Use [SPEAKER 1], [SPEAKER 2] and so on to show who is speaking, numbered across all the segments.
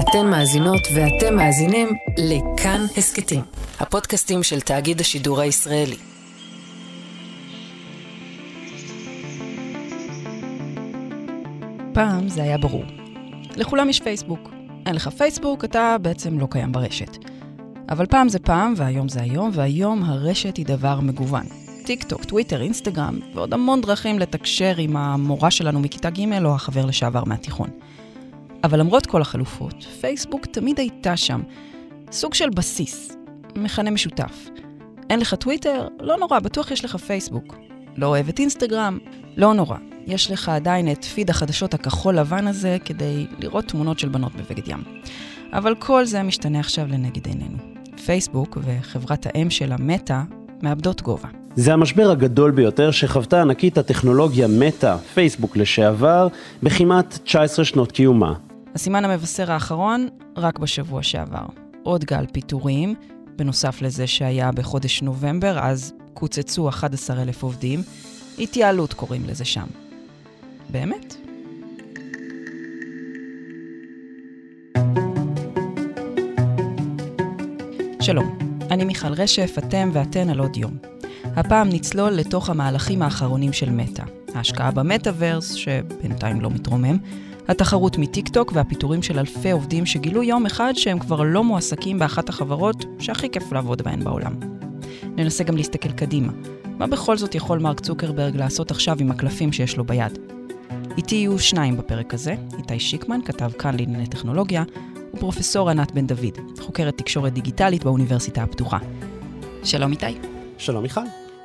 [SPEAKER 1] אתן מאזינות ואתם מאזינים לכאן הסקטים, הפודקאסטים של תאגיד השידור הישראלי.
[SPEAKER 2] פעם זה היה ברור. לכולם יש פייסבוק. אין לך פייסבוק, אתה בעצם לא קיים ברשת. אבל פעם זה פעם, והיום זה היום, והיום הרשת היא דבר מגוון. טיק טוק, טוויטר, אינסטגרם, ועוד המון דרכים לתקשר עם המורה שלנו מכיתה ג' או החבר לשעבר מהתיכון. אבל למרות כל החלופות, פייסבוק תמיד הייתה שם. סוג של בסיס, מכנה משותף. אין לך טוויטר? לא נורא, בטוח יש לך פייסבוק. לא אוהב את אינסטגרם? לא נורא. יש לך עדיין את פיד החדשות הכחול לבן הזה כדי לראות תמונות של בנות בבגד ים. אבל כל זה משתנה עכשיו לנגד עינינו. פייסבוק וחברת האם של המטה מאבדות גובה.
[SPEAKER 3] זה המשבר הגדול ביותר שחוותה ענקית הטכנולוגיה מטה, פייסבוק לשעבר, בכמעט 19 שנות קיומה.
[SPEAKER 2] הסימן המבשר האחרון רק בשבוע שעבר. עוד גל פיטורים, בנוסף לזה שהיה בחודש נובמבר, אז קוצצו 11,000 עובדים. התייעלות קוראים לזה שם. באמת? שלום, אני מיכל רשף, אתם ואתן על עוד יום. הפעם נצלול לתוך המהלכים האחרונים של מטה. ההשקעה במטאברס, שבינתיים לא מתרומם, התחרות מטיק טוק והפיטורים של אלפי עובדים שגילו יום אחד שהם כבר לא מועסקים באחת החברות שהכי כיף לעבוד בהן בעולם. ננסה גם להסתכל קדימה. מה בכל זאת יכול מרק צוקרברג לעשות עכשיו עם הקלפים שיש לו ביד? איתי יהיו שניים בפרק הזה, איתי שיקמן, כתב כאן לענייני טכנולוגיה, ופרופסור ענת בן דוד, חוקרת תקשורת דיגיטלית באוניברסיטה הפתוחה. שלום איתי.
[SPEAKER 3] שלום מיכל.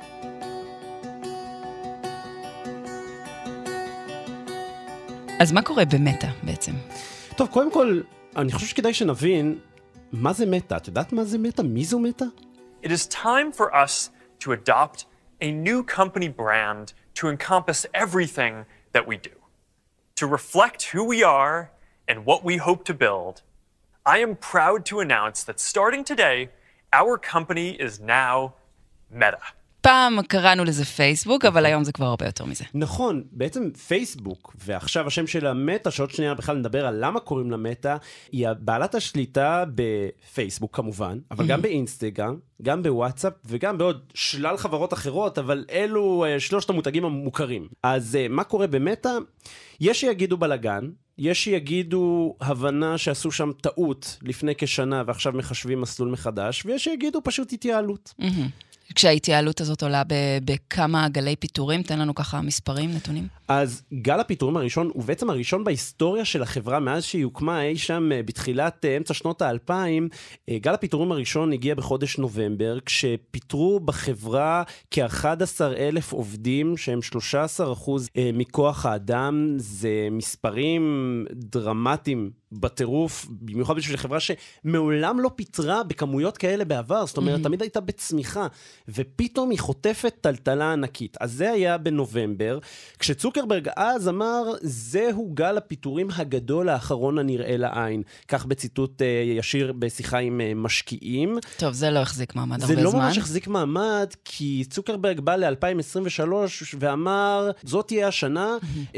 [SPEAKER 2] אז מה קורה במטה בעצם?
[SPEAKER 3] טוב, קודם כל, אני חושב שכדאי שנבין מה זה מטה. את יודעת מה זה מטה? מי זו מטה?
[SPEAKER 4] It is time for us to adopt a new company brand to encompass everything that we do. To reflect who we are and what we hope to build, I am proud to announce that starting today, our company is now Meta.
[SPEAKER 3] פעם קראנו לזה פייסבוק, אבל היום זה כבר הרבה יותר מזה. נכון, בעצם פייסבוק, ועכשיו השם של המטה, שעוד שנייה בכלל נדבר על למה קוראים לה מטה, היא בעלת השליטה בפייסבוק כמובן, אבל גם באינסטגרם, גם בוואטסאפ, וגם בעוד שלל חברות אחרות, אבל אלו שלושת המותגים המוכרים. אז מה קורה במטה? יש שיגידו בלגן, יש שיגידו הבנה שעשו שם טעות לפני כשנה, ועכשיו מחשבים מסלול מחדש, ויש שיגידו פשוט התייעלות.
[SPEAKER 2] כשההתייעלות הזאת עולה בכמה גלי פיטורים, תן לנו ככה מספרים, נתונים.
[SPEAKER 3] אז גל הפיטורים הראשון, הוא בעצם הראשון בהיסטוריה של החברה, מאז שהיא הוקמה אי שם בתחילת אמצע שנות ה-2000, גל הפיטורים הראשון הגיע בחודש נובמבר, כשפיטרו בחברה כ-11,000 עובדים, שהם 13% מכוח האדם, זה מספרים דרמטיים בטירוף, במיוחד בשביל חברה שמעולם לא פיטרה בכמויות כאלה בעבר, זאת אומרת, תמיד הייתה בצמיחה, ופתאום היא חוטפת טלטלה ענקית. אז זה היה בנובמבר, כשצוקרברג אז אמר, זהו גל הפיטורים הגדול האחרון הנראה לעין. כך בציטוט ישיר בשיחה עם משקיעים.
[SPEAKER 2] טוב, זה לא החזיק מעמד הרבה זמן.
[SPEAKER 3] זה לא ממש החזיק מעמד, כי צוקרברג בא ל-2023 ואמר, זאת תהיה השנה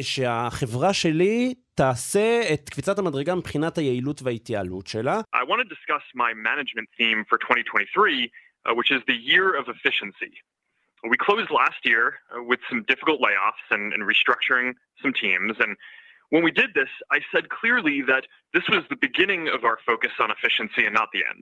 [SPEAKER 3] שהחברה שלי תעשה את קפיצת המדרגה מבחינת היעילות וההתייעלות שלה.
[SPEAKER 5] I want to discuss my management theme for 2023, which is the year of efficiency. We closed last year with some difficult layoffs and restructuring some teams. And when we did this, I said clearly that this was the beginning of our focus on efficiency and not the end.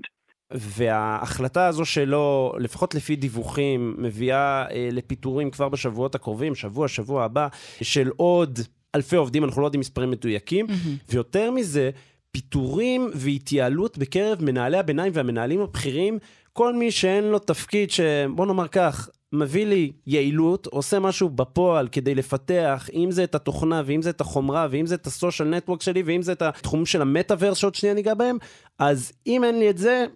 [SPEAKER 3] וההחלטה הזו שלו, לפחות לפי דיווחים, מביאה לפיטורים כבר בשבועות הקרובים, שבוע הבא, של עוד אלפי עובדים, אנחנו לא יודעים מספרים מדויקים, ויותר מזה, פיטורים והתייעלות בקרב מנהלי הביניים והמנהלים הבכירים, כל מי שאין לו תפקיד שבוא נאמר כך, מביא לי יעילות, עושה משהו בפועל כדי לפתח, אם זה את התוכנה, ואם זה את החומרה, ואם זה את הסושיאל נטוורק שלי, ואם זה את התחום של המטאברס שעוד שנייה ניגע בהם, אז אם אין לי את זה,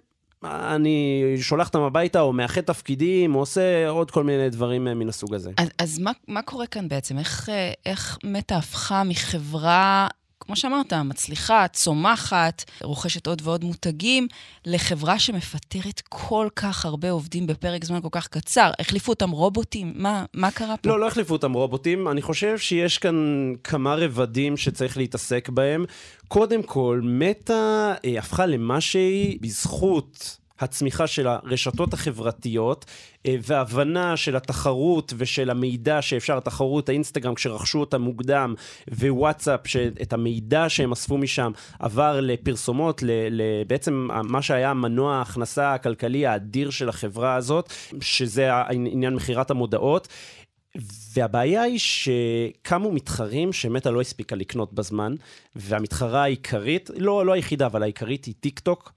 [SPEAKER 3] אני שולח אותם הביתה, או מאחד תפקידים, או עושה עוד כל מיני דברים מן הסוג הזה.
[SPEAKER 2] אז מה קורה כאן בעצם? איך מטה הפכה מחברה כמו שאמרת, מצליחה, צומחת, רוכשת עוד ועוד מותגים, לחברה שמפטרת כל כך הרבה עובדים בפרק זמן כל כך קצר. החליפו אותם רובוטים? מה קרה פה?
[SPEAKER 3] לא החליפו אותם רובוטים. אני חושב שיש כאן כמה רבדים שצריך להתעסק בהם. קודם כל, מטא הפכה למה שהיא בזכות הצמיחה של הרשתות החברתיות, והבנה של התחרות ושל המידע שאפשר, התחרות, האינסטגרם כשרכשו אותה מוקדם, ווואטסאפ, שאת המידע שהם אספו משם עבר לפרסומות, בעצם מה שהיה מנוע ההכנסה הכלכלי האדיר של החברה הזאת, שזה העניין מחירת המודעות, והבעיה היא שקמו מתחרים שמטא לא הספיקה לקנות בזמן, והמתחרה העיקרית, לא היחידה, אבל העיקרית היא טיק טוק,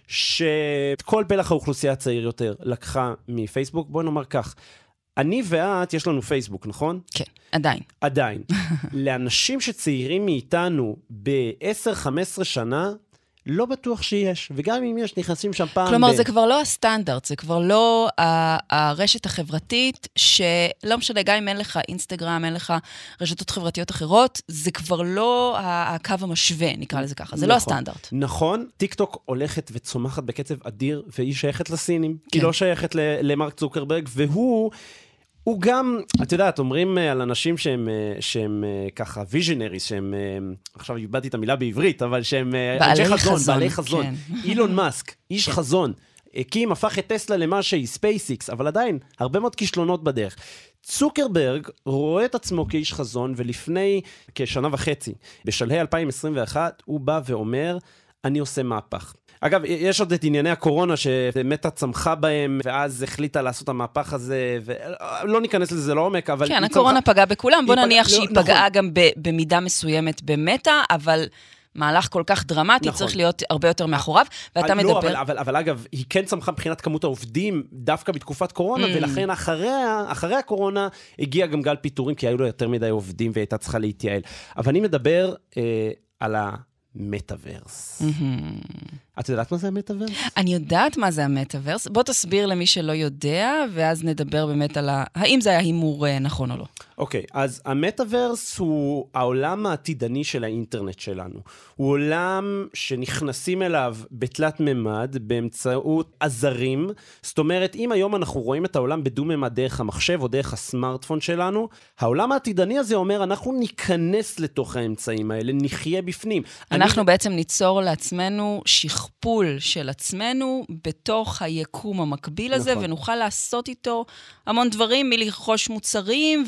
[SPEAKER 3] שכל פלח האוכלוסייה הצעיר יותר לקחה מפייסבוק. בואי נאמר כך, אני ואת, יש לנו פייסבוק, נכון?
[SPEAKER 2] כן, עדיין.
[SPEAKER 3] לאנשים שצעירים מאיתנו ב-10-15 שנה, לא בטוח שיש, וגם אם יש, נכנסים שם פעם
[SPEAKER 2] כלומר, זה כבר לא הסטנדרט, זה כבר לא הרשת החברתית, שלא משנה, גם אם אין לך אינסטגרם, אין לך רשתות חברתיות אחרות, זה כבר לא הקו המשווה, נקרא לזה ככה, זה לא הסטנדרט.
[SPEAKER 3] נכון, טיק טוק הולכת וצומחת בקצב אדיר, והיא שייכת לסינים, היא לא שייכת למרק צוקרברג, הוא גם, את יודעת, אומרים על אנשים שהם ככה ויז'נריס, שהם, עכשיו איבדתי את המילה בעברית, אבל שהם בעלי חזון. אילון מאסק, איש חזון, הקים, הפך את טסלה למה שהיא, ספייסיקס, אבל עדיין, הרבה מאוד כישלונות בדרך. צוקרברג רואה את עצמו כאיש חזון, ולפני כשנה וחצי, בשלהי 2021, הוא בא ואומר, אני עושה מהפך. אגב, יש עוד את ענייני הקורונה שמטא צמחה בהם, ואז החליטה לעשות את המהפך הזה, ולא ניכנס לזה לעומק, אבל...
[SPEAKER 2] כן, הקורונה פגעה בכולם, בוא נניח שהיא פגעה גם במידה מסוימת במטא, אבל מהלך כל כך דרמטי צריך להיות הרבה יותר מאחוריו, ואתה מדבר...
[SPEAKER 3] אבל אגב, היא כן צמחה מבחינת כמות העובדים, דווקא בתקופת קורונה, ולכן אחרי הקורונה הגיע גם גל פיטורים, כי היו לו יותר מדי עובדים, והייתה צריכה להתייעל. אבל אני מדבר על המטאברס. את יודעת מה זה המטאברס?
[SPEAKER 2] אני יודעת מה זה המטאברס. בוא תסביר למי שלא יודע, ואז נדבר באמת על האם זה היה הימור נכון או לא.
[SPEAKER 3] אוקיי, אז המטאברס הוא העולם העתידני של האינטרנט שלנו. הוא עולם שנכנסים אליו בתלת ממד, באמצעות עזרים. זאת אומרת, אם היום אנחנו רואים את העולם בדו-ממד דרך המחשב או דרך הסמארטפון שלנו, העולם העתידני הזה אומר, אנחנו ניכנס לתוך האמצעים האלה, נחיה בפנים.
[SPEAKER 2] אנחנו בעצם ניצור לעצמנו שכפול של עצמנו בתוך היקום המקביל הזה, ונוכל לעשות איתו המון דברים, מלרכוש מוצרים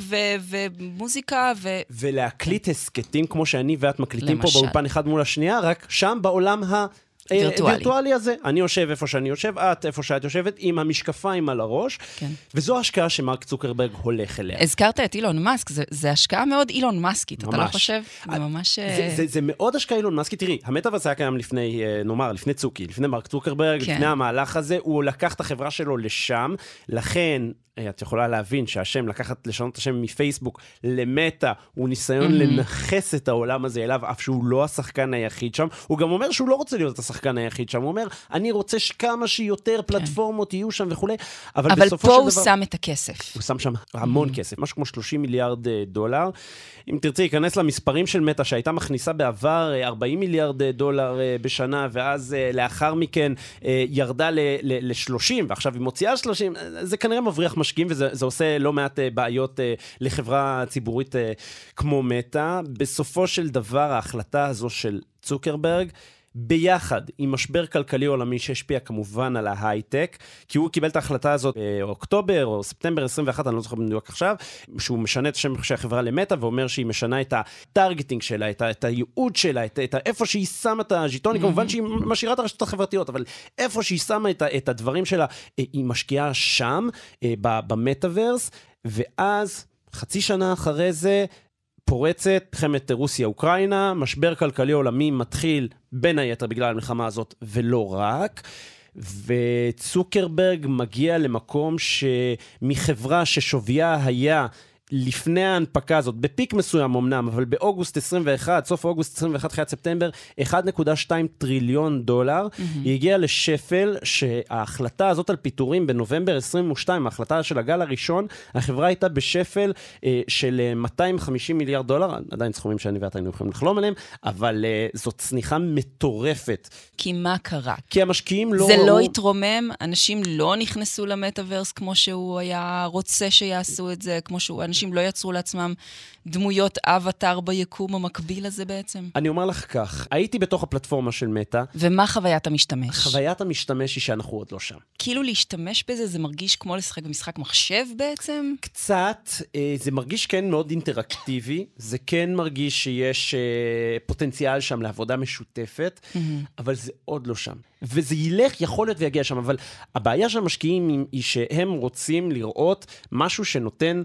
[SPEAKER 2] ומוזיקה
[SPEAKER 3] ולהקליט הסקטים, כמו שאני ואת מקליטים פה באולפן אחד מול השנייה, רק שם בעולם וירטואלי הזה. אני יושב איפה שאני יושב, את איפה שאת יושבת, עם המשקפיים על הראש, וזו השקעה שמרק צוקרברג הולך אליה.
[SPEAKER 2] הזכרת את אילון מאסק, זה השקעה מאוד אילון מאסקית, אתה לא חושב? זה ממש...
[SPEAKER 3] זה מאוד השקעה אילון מאסקית. תראי, המטאברס היה קיים לפני, נאמר, לפני צוקי, לפני מרק צוקרברג, לפני המהלך הזה, הוא לקח את החברה שלו לשם, לכן... את יכולה להבין שהשם לשנות את השם מפייסבוק למטא, הוא ניסיון לנחס את העולם הזה אליו, אף שהוא לא השחקן היחיד שם. הוא גם אומר שהוא לא רוצה להיות השחקן היחיד שם. הוא אומר, אני רוצה שכמה שיותר פלטפורמות יהיו שם וכו'.
[SPEAKER 2] אבל פה הוא שם את הכסף.
[SPEAKER 3] הוא שם שם המון כסף, משהו כמו 30 מיליארד דולר. אם תרצי, ייכנס למספרים של מטא, שהייתה מכניסה בעבר 40 מיליארד דולר בשנה, ואז לאחר מכן ירדה ל-30, ועכשיו היא מוציאה 30, זה כנראה מבריח משקיעים, וזה עושה לא מעט בעיות לחברה ציבורית כמו מטא. בסופו של דבר, ההחלטה הזו של צוקרברג, ביחד עם משבר כלכלי עולמי שהשפיע כמובן על ההייטק, כי הוא קיבל את ההחלטה הזאת באוקטובר או ספטמבר 21, אני לא זוכר בדיוק עכשיו, שהוא משנה את השם של החברה למטא, ואומר שהיא משנה את הטרגטינג שלה, את הייעוד שלה, את איפה שהיא שמה את הז'יטונים, כמובן שהיא משאירה את הרשתות החברתיות, אבל איפה שהיא שמה את הדברים שלה, היא משקיעה שם, במטאברס, ואז חצי שנה אחרי זה, פורצת מלחמת רוסיה-אוקראינה, משבר כלכלי עולמי מתחיל בין היתר בגלל המלחמה הזאת ולא רק, וצוקרברג מגיע למקום שמחברה ששוויה היה לפני ההנפקה הזאת, בפיק מסוים אמנם, אבל באוגוסט 21, סוף אוגוסט 21, חיית ספטמבר, 1.2 טריליון דולר, היא הגיעה לשפל שההחלטה הזאת על פיטורים בנובמבר 22, ההחלטה של הגל הראשון, החברה הייתה בשפל של 250 מיליארד דולר, עדיין סכומים שאני ואתה היינו יכולים לחלום עליהם, אבל זאת צניחה מטורפת.
[SPEAKER 2] כי מה קרה?
[SPEAKER 3] כי המשקיעים לא...
[SPEAKER 2] זה לא התרומם, אנשים לא נכנסו למטאברס כמו שהוא היה רוצה שיעשו את זה, כמו שהוא, אנשים לא יצרו לעצמם דמויות אבטר ביקום המקביל הזה בעצם.
[SPEAKER 3] אני אומר לך כך, הייתי בתוך הפלטפורמה של מטא.
[SPEAKER 2] ומה חוויית המשתמש?
[SPEAKER 3] חוויית המשתמש היא שאנחנו עוד לא שם.
[SPEAKER 2] כאילו להשתמש בזה, זה מרגיש כמו לשחק במשחק מחשב בעצם?
[SPEAKER 3] קצת, זה מרגיש כן מאוד אינטראקטיבי, זה כן מרגיש שיש פוטנציאל שם לעבודה משותפת, אבל זה עוד לא שם. וזה ילך, יכול להיות ויגיע שם, אבל הבעיה של המשקיעים היא שהם רוצים לראות משהו שנותן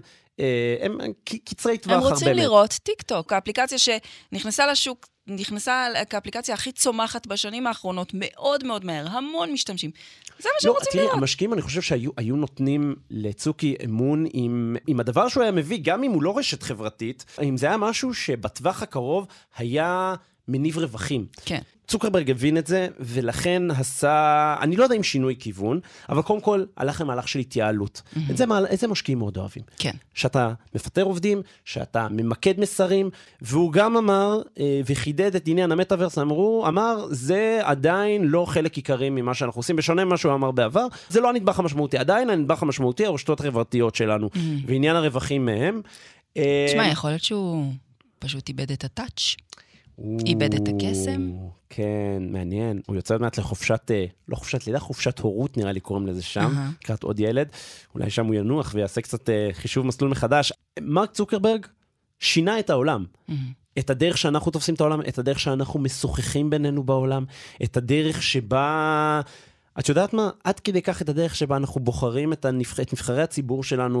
[SPEAKER 3] הם קצרי טווח הרבה.
[SPEAKER 2] הם רוצים לראות טיק טוק, האפליקציה שנכנסה לשוק, נכנסה כאפליקציה הכי צומחת בשנים האחרונות, מאוד מאוד מהר, המון משתמשים. זה מה שהם רוצים לראות.
[SPEAKER 3] תראי, המשקיעים אני חושב שהיו נותנים לצוקי אמון עם הדבר שהוא היה מביא, גם אם הוא לא רשת חברתית, אם זה היה משהו שבטווח הקרוב היה מניב רווחים.
[SPEAKER 2] כן.
[SPEAKER 3] צוקרברג הבין את זה, ולכן עשה, אני לא יודע אם שינוי כיוון, אבל קודם כל הלך למהלך של התייעלות. את זה משקיעים מאוד אוהבים.
[SPEAKER 2] כן.
[SPEAKER 3] שאתה מפטר עובדים, שאתה ממקד מסרים, והוא גם אמר, וחידד את עניין המטאברס, אמר, זה עדיין לא חלק עיקרי ממה שאנחנו עושים, בשונה ממה שהוא אמר בעבר, זה לא הנדבך המשמעותי, עדיין הנדבך המשמעותי, הרשתות החברתיות שלנו, ועניין הרווחים מהם.
[SPEAKER 2] תשמע, יכול להיות שהוא פשוט איבד את הטאץ'. איבד את הקסם?
[SPEAKER 3] כן, מעניין. הוא יוצא עוד מעט לחופשת, לא חופשת לידה, חופשת הורות נראה לי קוראים לזה שם, לקראת עוד ילד. אולי שם הוא ינוח ויעשה קצת חישוב מסלול מחדש. מרק צוקרברג שינה את העולם. את הדרך שאנחנו תופסים את העולם, את הדרך שאנחנו משוחחים בינינו בעולם, את הדרך שבה... את יודעת מה? עד כדי כך את הדרך שבה אנחנו בוחרים את נבחרי הציבור שלנו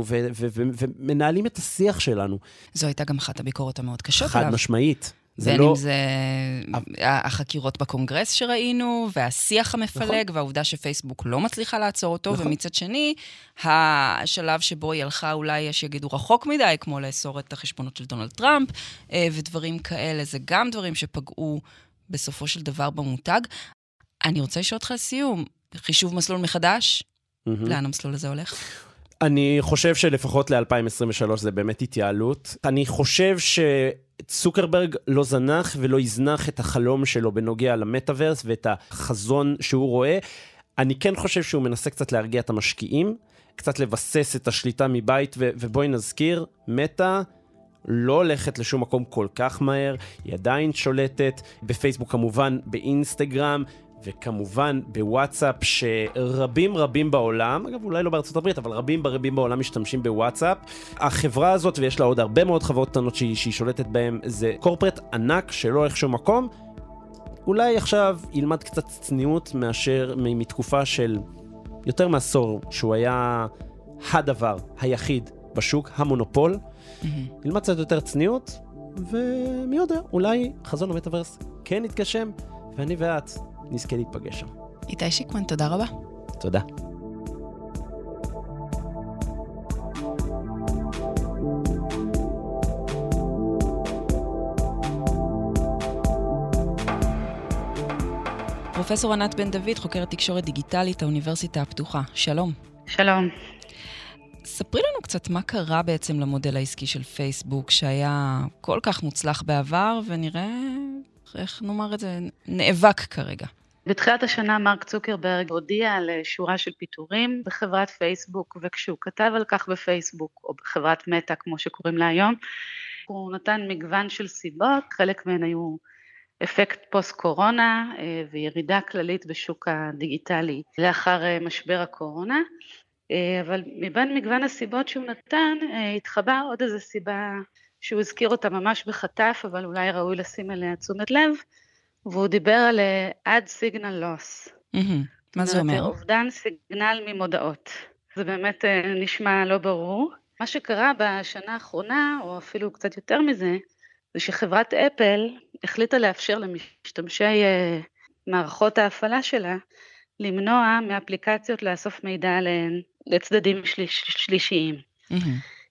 [SPEAKER 3] ומנהלים את השיח שלנו.
[SPEAKER 2] זו הייתה גם אחת הביקורת המאוד קשות
[SPEAKER 3] חד משמעית.
[SPEAKER 2] בין אם זה החקירות בקונגרס שראינו, והשיח המפלג, והעובדה שפייסבוק לא מצליחה לעצור אותו, ומצד שני, השלב שבו היא הלכה, אולי יש יגידו רחוק מדי, כמו לאסור את החשבונות של דונלד טראמפ, ודברים כאלה, זה גם דברים שפגעו בסופו של דבר במותג. אני רוצה לשאול אותך לסיום, חישוב מסלול מחדש, לאן המסלול הזה הולך?
[SPEAKER 3] אני חושב שלפחות ל-2023 זה באמת התייעלות. אני חושב שצוקרברג לא זנח ולא יזנח את החלום שלו בנוגע למטאברס ואת החזון שהוא רואה. אני כן חושב שהוא מנסה קצת להרגיע את המשקיעים, קצת לבסס את השליטה מבית, ובואי נזכיר, מטא לא הולכת לשום מקום כל כך מהר, היא עדיין שולטת בפייסבוק כמובן, באינסטגרם, וכמובן בוואטסאפ שרבים בעולם, אגב אולי לא בארצות הברית, אבל רבים בעולם משתמשים בוואטסאפ. החברה הזאת, ויש לה עוד הרבה מאוד חברות קטנות שהיא שולטת בהן, זה קורפרט ענק שלא הולך שום מקום. אולי עכשיו ילמד קצת צניעות מאשר מתקופה של יותר מעשור, שהוא היה הדבר היחיד בשוק, המונופול. ילמד קצת יותר צניעות, ומי יודע, אולי חזון המטאברס כן יתגשם, ואני ואת נזכה להתפגש שם.
[SPEAKER 2] איתי שיקמן, תודה רבה.
[SPEAKER 3] תודה.
[SPEAKER 2] פרופסור ענת בן דוד, חוקרת תקשורת דיגיטלית, האוניברסיטה הפתוחה. שלום.
[SPEAKER 6] שלום.
[SPEAKER 2] ספרי לנו קצת מה קרה בעצם למודל העסקי של פייסבוק, שהיה כל כך מוצלח בעבר, ונראה, איך נאמר את זה, נאבק כרגע.
[SPEAKER 6] בתחילת השנה מרק צוקרברג הודיע על שורה של פיטורים בחברת פייסבוק, וכשהוא כתב על כך בפייסבוק, או בחברת מטא, כמו שקוראים לה היום, הוא נתן מגוון של סיבות, חלק מהן היו אפקט פוסט קורונה, וירידה כללית בשוק הדיגיטלי לאחר משבר הקורונה, אבל מבין מגוון הסיבות שהוא נתן, התחבא עוד איזו סיבה שהוא הזכיר אותה ממש בחטף, אבל אולי ראוי לשים אליה תשומת לב, והוא דיבר על ad signal loss.
[SPEAKER 2] מה זה אומר?
[SPEAKER 6] אובדן סיגנל ממודעות. זה באמת נשמע לא ברור. מה שקרה בשנה האחרונה, או אפילו קצת יותר מזה, זה שחברת אפל החליטה לאפשר למשתמשי מערכות ההפעלה שלה, למנוע מאפליקציות לאסוף מידע עליהן לצדדים שלישיים.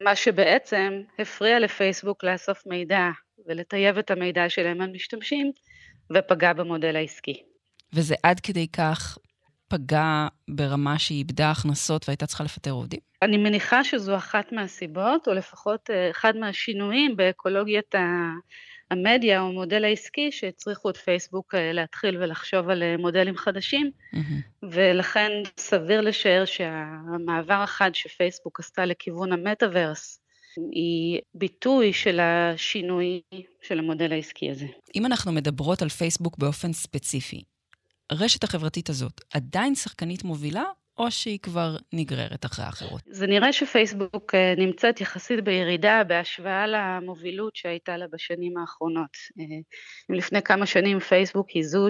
[SPEAKER 6] מה שבעצם הפריע לפייסבוק לאסוף מידע ולטייב את המידע שלהם על משתמשים, ופגע במודל העסקי.
[SPEAKER 2] וזה עד כדי כך פגע ברמה שהיא איבדה הכנסות והייתה צריכה לפטר עובדים?
[SPEAKER 6] אני מניחה שזו אחת מהסיבות, או לפחות אחד מהשינויים באקולוגיית המדיה או המודל העסקי, שהצריכו את פייסבוק להתחיל ולחשוב על מודלים חדשים, ולכן סביר לשער שהמעבר החד שפייסבוק עשתה לכיוון המטאברס, היא ביטוי של השינוי של המודל העסקי הזה.
[SPEAKER 2] אם אנחנו מדברות על פייסבוק באופן ספציפי, הרשת החברתית הזאת עדיין שחקנית מובילה, או שהיא כבר נגררת אחרי האחרות?
[SPEAKER 6] זה נראה שפייסבוק נמצאת יחסית בירידה בהשוואה למובילות שהייתה לה בשנים האחרונות. לפני כמה שנים פייסבוק היא זו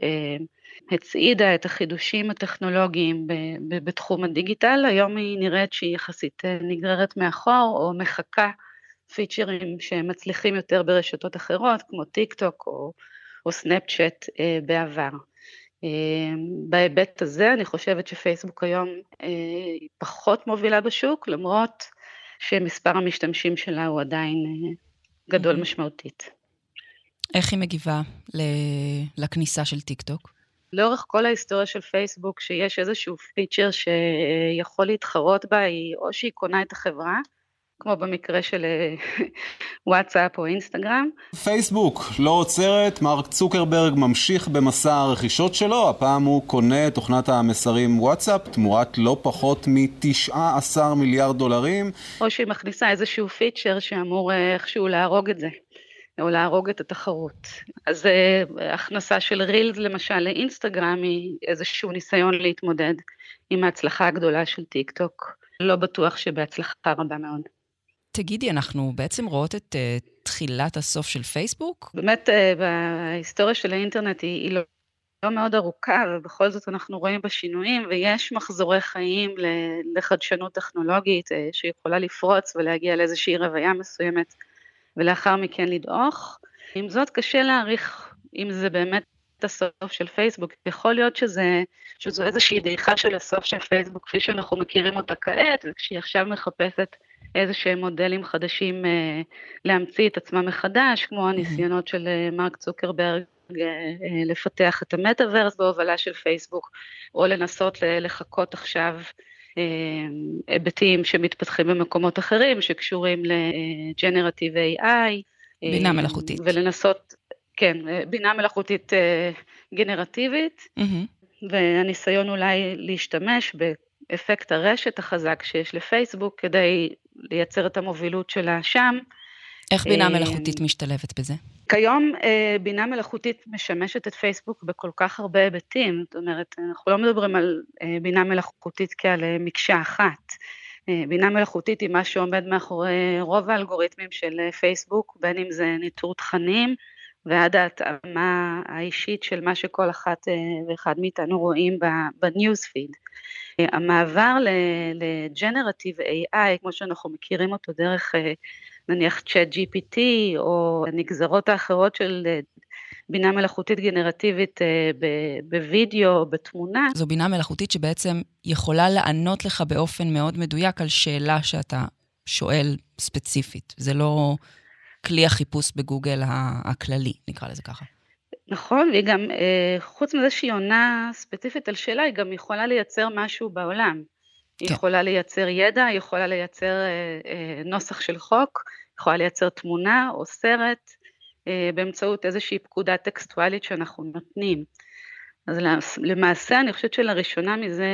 [SPEAKER 6] שהצעידה את החידושים הטכנולוגיים בתחום הדיגיטל, היום היא נראית שהיא יחסית נגררת מאחור, או מחכה פיצ'רים שמצליחים יותר ברשתות אחרות, כמו טיק טוק או סנאפצ'אט בעבר. בהיבט הזה אני חושבת שפייסבוק היום היא פחות מובילה בשוק, למרות שמספר המשתמשים שלה הוא עדיין גדול משמעותית.
[SPEAKER 2] איך היא מגיבה לכניסה של טיק טוק?
[SPEAKER 6] לאורך כל ההיסטוריה של פייסבוק, שיש איזשהו פיצ'ר שיכול להתחרות בה, או שהיא קונה את החברה, כמו במקרה של וואטסאפ או אינסטגרם. פייסבוק
[SPEAKER 7] לא עוצרת, מרק צוקרברג ממשיך במסע הרכישות שלו, הפעם הוא קונה תוכנת המסרים וואטסאפ, תמורת לא פחות $19 מיליארד.
[SPEAKER 6] או שהיא מכניסה איזשהו פיצ'ר שאמור איכשהו להרוג את זה, או להרוג את התחרות. אז הכנסה של רילס למשל לאינסטגרם היא איזשהו ניסיון להתמודד עם ההצלחה הגדולה של טיק טוק. לא בטוח שבהצלחה רבה מאוד.
[SPEAKER 2] תגידי, אנחנו בעצם רואות את תחילת הסוף של פייסבוק?
[SPEAKER 6] באמת, בהיסטוריה של האינטרנט היא לא מאוד ארוכה, ובכל זאת אנחנו רואים בשינויים, ויש מחזורי חיים לחדשנות טכנולוגית, שיכולה לפרוץ ולהגיע לאיזושהי רוויה מסוימת, ולאחר מכן לדעוך. עם זאת, קשה להעריך אם זה באמת הסוף של פייסבוק. יכול להיות שזו איזושהי דעיכה של הסוף של פייסבוק, כפי שאנחנו מכירים אותה כעת, וכשהיא עכשיו מחפשת איזשהם מודלים חדשים להמציא את עצמם מחדש, כמו הניסיונות של מרק צוקרברג לפתח את המטאברס בהובלה של פייסבוק, או לנסות לחכות עכשיו היבטים שמתפתחים במקומות אחרים, שקשורים לג'נרטיב AI.
[SPEAKER 2] בינה מלאכותית.
[SPEAKER 6] ולנסות, כן, בינה מלאכותית גנרטיבית, והניסיון אולי להשתמש באפקט הרשת החזק שיש לפייסבוק, כדי לייצר את המובילות שלה שם.
[SPEAKER 2] איך בינה מלאכותית משתלבת בזה?
[SPEAKER 6] כיום בינה מלאכותית משמשת את פייסבוק בכל כך הרבה היבטים, זאת אומרת, אנחנו לא מדברים על בינה מלאכותית כעל מקשה אחת. בינה מלאכותית היא מה שעומד מאחורי רוב האלגוריתמים של פייסבוק, בין אם זה ניטור תכנים, ועד ההתאמה האישית של מה שכל אחת ואחד מאיתנו רואים בניוזפיד. המעבר לג'נרטיב AI, כמו שאנחנו מכירים אותו דרך נניח צ'אט GPT, או הנגזרות האחרות של בינה מלאכותית גנרטיבית בווידאו, בתמונה.
[SPEAKER 2] זו בינה מלאכותית שבעצם יכולה לענות לך באופן מאוד מדויק על שאלה שאתה שואל ספציפית. זה לא כלי החיפוש בגוגל הכללי, נקרא לזה ככה.
[SPEAKER 6] נכון, והיא גם, חוץ מזה שהיא עונה ספציפית על שאלה, היא גם יכולה לייצר משהו בעולם. היא יכולה לייצר ידע, היא יכולה לייצר נוסח של חוק, יכולה לייצר תמונה או סרט, באמצעות איזושהי פקודה טקסטואלית שאנחנו נותנים. אז למעשה אני חושבת שלראשונה מזה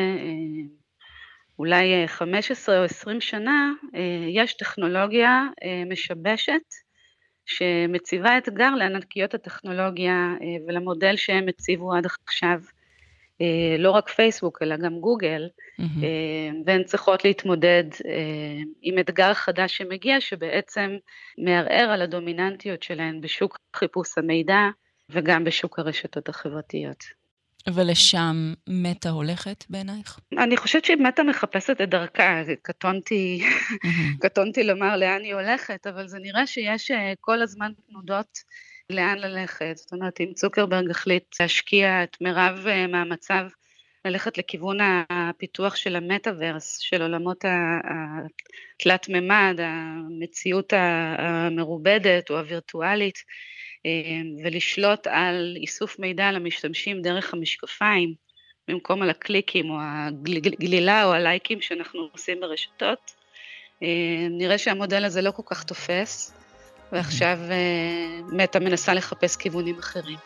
[SPEAKER 6] אולי 15 או 20 שנה, יש טכנולוגיה משבשת, שמציבה אתגר לענקיות הטכנולוגיה ולמודל שהם הציבו עד עכשיו, לא רק פייסבוק אלא גם גוגל, והן צריכות להתמודד עם אתגר חדש שמגיע, שבעצם מערער על הדומיננטיות שלהן בשוק חיפוש המידע וגם בשוק הרשתות החברתיות.
[SPEAKER 2] ולשם מטה הולכת בעינייך?
[SPEAKER 6] אני חושבת שמטה מחפשת את דרכה, קטונתי לומר לאן היא הולכת, אבל זה נראה שיש כל הזמן תנודות לאן ללכת. זאת אומרת, אם צוקרברג החליט להשקיע את מירב מאמציו ללכת לכיוון הפיתוח של המטאברס, של עולמות התלת ממד, המציאות המרובדת או הווירטואלית, ולשלוט על איסוף מידע למשתמשים דרך המשקפיים, במקום על הקליקים או הגלילה או הלייקים שאנחנו עושים ברשתות. נראה שהמודל הזה לא כל כך תופס, ועכשיו מטא מנסה לחפש כיוונים אחרים.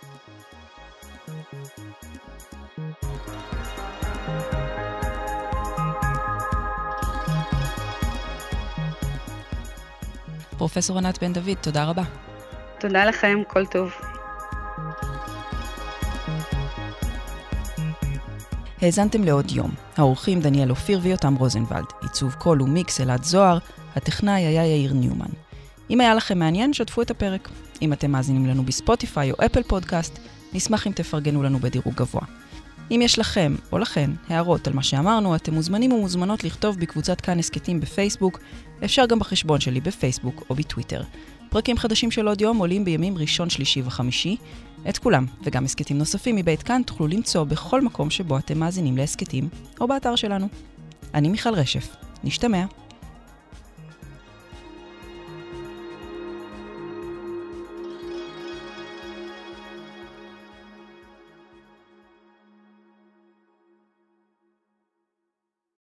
[SPEAKER 2] פרופסור ענת בן דוד, תודה רבה.
[SPEAKER 6] תודה לכם, כל טוב.
[SPEAKER 2] האזנתם לעוד יום. האורחים דניאל אופיר ויותם רוזנבלד, עיצוב קול ומיקס אלעד זוהר, הטכנאי היה יאיר ניומן. אם היה לכם מעניין, שתפו את הפרק. אם אתם מאזינים לנו בספוטיפיי או אפל פודקאסט, נשמח אם תפרגנו לנו בדירוג גבוה. אם יש לכם או לכן הערות על מה שאמרנו, אתם מוזמנים ומוזמנות לכתוב בקבוצת כאן הסקטים בפייסבוק, אפשר גם בחשבון שלי בפייסבוק או בטוויטר. פרקים חדשים של עוד יום עולים בימים ראשון, שלישי וחמישי. את כולם, וגם הסקטים נוספים מבית כאן, תוכלו למצוא בכל מקום שבו אתם מאזינים להסקטים, או באתר שלנו. אני מיכל רשף. נשתמע.